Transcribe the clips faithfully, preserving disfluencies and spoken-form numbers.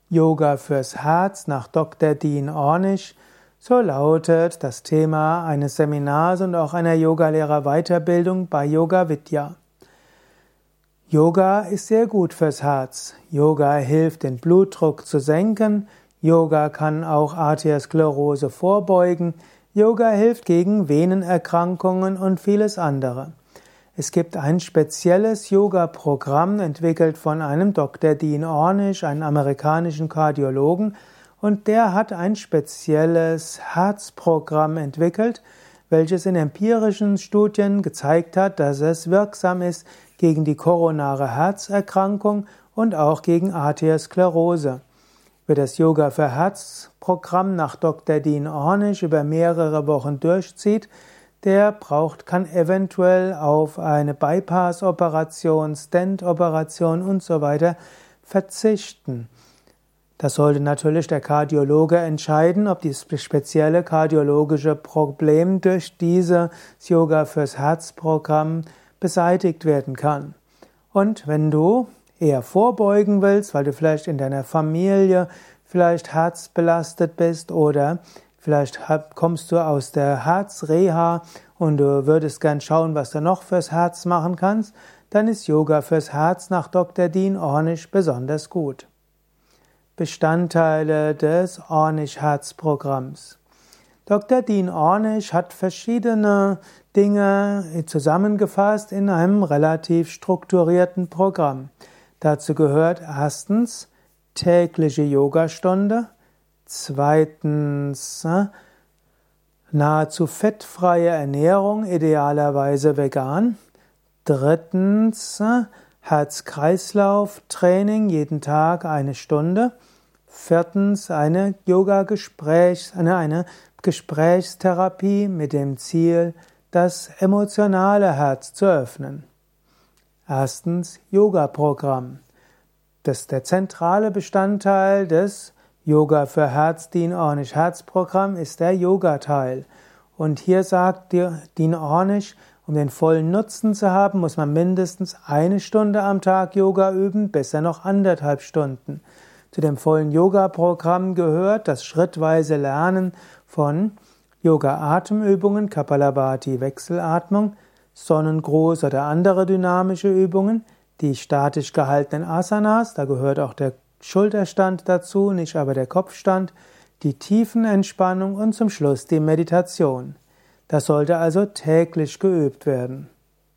Yoga fürs Herz nach Doktor Dean Ornish. So lautet das Thema eines Seminars und auch einer Yogalehrer-Weiterbildung bei Yoga Vidya. Yoga ist sehr gut fürs Herz. Yoga hilft, den Blutdruck zu senken. Yoga kann auch Arteriosklerose vorbeugen. Yoga hilft gegen Venenerkrankungen und vieles andere. Es gibt ein spezielles Yoga-Programm, entwickelt von einem Doktor Dean Ornish, einem amerikanischen Kardiologen, und der hat ein spezielles Herzprogramm entwickelt, welches in empirischen Studien gezeigt hat, dass es wirksam ist gegen die koronare Herzerkrankung und auch gegen Arteriosklerose. Wer das Yoga für Herz-Programm nach Doktor Dean Ornish über mehrere Wochen durchzieht, der braucht, kann eventuell auf eine Bypass-Operation, Stent-Operation und so weiter verzichten. Das sollte natürlich der Kardiologe entscheiden, ob dieses spezielle kardiologische Problem durch dieses Yoga fürs Herz-Programm beseitigt werden kann. Und wenn du eher vorbeugen willst, weil du vielleicht in deiner Familie vielleicht herzbelastet bist oder vielleicht kommst du aus der Herzreha und du würdest gern schauen, was du noch fürs Herz machen kannst, dann ist Yoga fürs Herz nach Doktor Dean Ornish besonders gut. Bestandteile des Ornish-Herzprogramms. Doktor Dean Ornish hat verschiedene Dinge zusammengefasst in einem relativ strukturierten Programm. Dazu gehört erstens tägliche Yogastunde, zweitens nahezu fettfreie Ernährung, idealerweise vegan, drittens Herz-Kreislauf-Training, jeden Tag eine Stunde, viertens eine Yoga-Gesprächs, eine, eine Gesprächstherapie mit dem Ziel, das emotionale Herz zu öffnen. Erstens Yoga-Programm. Das ist der zentrale Bestandteil des Yoga für Herz Dean Ornish Herzprogramm ist der Yoga-Teil. Und hier sagt dir Dean Ornish, um den vollen Nutzen zu haben, muss man mindestens eine Stunde am Tag Yoga üben, besser noch anderthalb Stunden. Zu dem vollen Yoga-Programm gehört das schrittweise Lernen von Yoga-Atemübungen, Kapalabhati Wechselatmung, Sonnengruß oder andere dynamische Übungen, die statisch gehaltenen Asanas, da gehört auch der Schulterstand dazu, nicht aber der Kopfstand, die Tiefenentspannung und zum Schluss die Meditation. Das sollte also täglich geübt werden.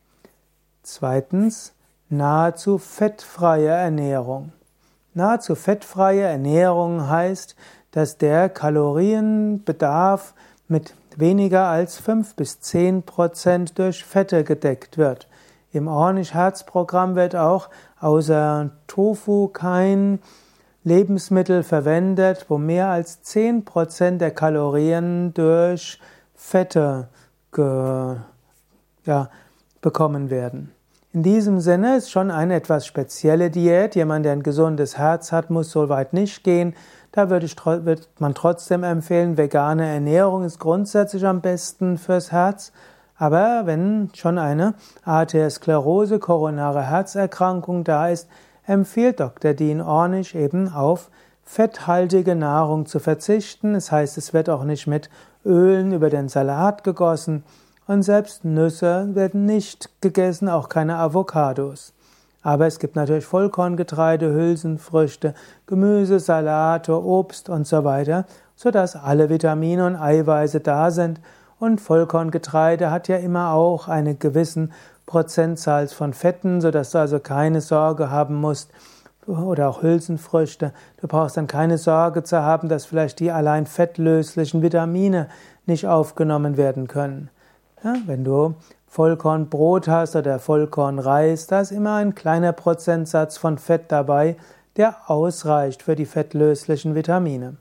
Zweitens, nahezu fettfreie Ernährung. Nahezu fettfreie Ernährung heißt, dass der Kalorienbedarf mit weniger als fünf bis zehn Prozent durch Fette gedeckt wird. Im Ornish-Herzprogramm wird auch außer Tofu kein Lebensmittel verwendet, wo mehr als zehn Prozent der Kalorien durch Fette ge, ja, bekommen werden. In diesem Sinne ist schon eine etwas spezielle Diät. Jemand, der ein gesundes Herz hat, muss so weit nicht gehen. Da würde, ich, würde man trotzdem empfehlen, vegane Ernährung ist grundsätzlich am besten fürs Herz. Aber wenn schon eine Arteriosklerose, koronare Herzerkrankung da ist, empfiehlt Doktor Dean Ornish eben auf fetthaltige Nahrung zu verzichten. Das heißt, es wird auch nicht mit Ölen über den Salat gegossen und selbst Nüsse werden nicht gegessen, auch keine Avocados. Aber es gibt natürlich Vollkorngetreide, Hülsenfrüchte, Gemüse, Salate, Obst und so weiter, sodass alle Vitamine und Eiweiße da sind. Und Vollkorngetreide hat ja immer auch einen gewissen Prozentzahl von Fetten, sodass du also keine Sorge haben musst, oder auch Hülsenfrüchte. Du brauchst dann keine Sorge zu haben, dass vielleicht die allein fettlöslichen Vitamine nicht aufgenommen werden können. Ja, wenn du Vollkornbrot hast oder Vollkornreis, da ist immer ein kleiner Prozentsatz von Fett dabei, der ausreicht für die fettlöslichen Vitamine.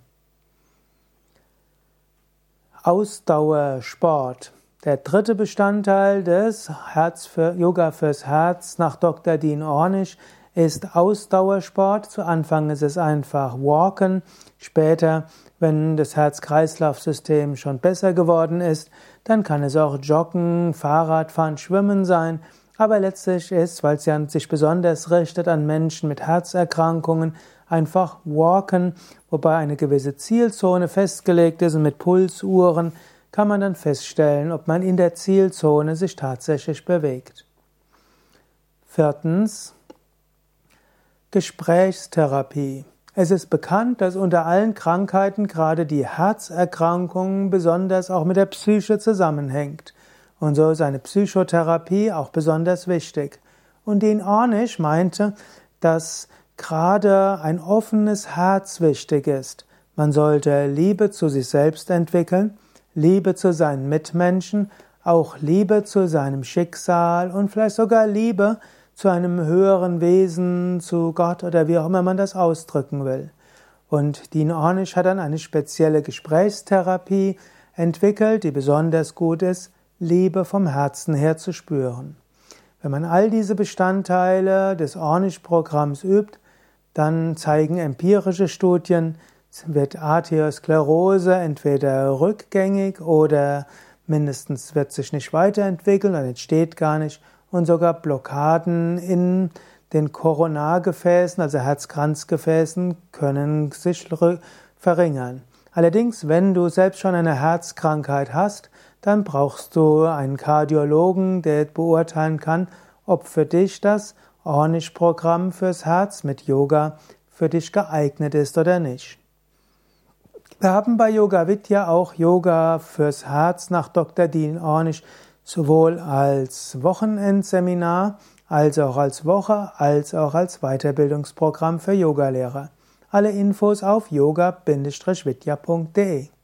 Ausdauersport. Der dritte Bestandteil des Herz für Yoga fürs Herz nach Doktor Dean Ornish ist Ausdauersport. Zu Anfang ist es einfach Walken. Später, wenn das Herz-Kreislauf-System schon besser geworden ist, dann kann es auch Joggen, Fahrradfahren, Schwimmen sein. Aber letztlich ist, weil es ja sich besonders richtet an Menschen mit Herzerkrankungen, einfach walken, wobei eine gewisse Zielzone festgelegt ist und mit Pulsuhren kann man dann feststellen, ob man in der Zielzone sich tatsächlich bewegt. Viertens, Gesprächstherapie. Es ist bekannt, dass unter allen Krankheiten gerade die Herzerkrankung besonders auch mit der Psyche zusammenhängt. Und so ist eine Psychotherapie auch besonders wichtig. Und Dean Ornish meinte, dass gerade ein offenes Herz wichtig ist. Man sollte Liebe zu sich selbst entwickeln, Liebe zu seinen Mitmenschen, auch Liebe zu seinem Schicksal und vielleicht sogar Liebe zu einem höheren Wesen, zu Gott oder wie auch immer man das ausdrücken will. Und Dean Ornish hat dann eine spezielle Gesprächstherapie entwickelt, die besonders gut ist, Liebe vom Herzen her zu spüren. Wenn man all diese Bestandteile des Ornish-Programms übt, dann zeigen empirische Studien, wird Arteriosklerose entweder rückgängig oder mindestens wird sich nicht weiterentwickeln oder entsteht gar nicht und sogar Blockaden in den Koronargefäßen, also Herzkranzgefäßen, können sich verringern. Allerdings, wenn du selbst schon eine Herzkrankheit hast, dann brauchst du einen Kardiologen, der beurteilen kann, ob für dich das Ornish-Programm fürs Herz mit Yoga für dich geeignet ist oder nicht. Wir haben bei Yoga Vidya auch Yoga fürs Herz nach Doktor Dean Ornish sowohl als Wochenendseminar, als auch als Woche, als auch als Weiterbildungsprogramm für Yogalehrer. Alle Infos auf yoga Bindestrich vidya punkt de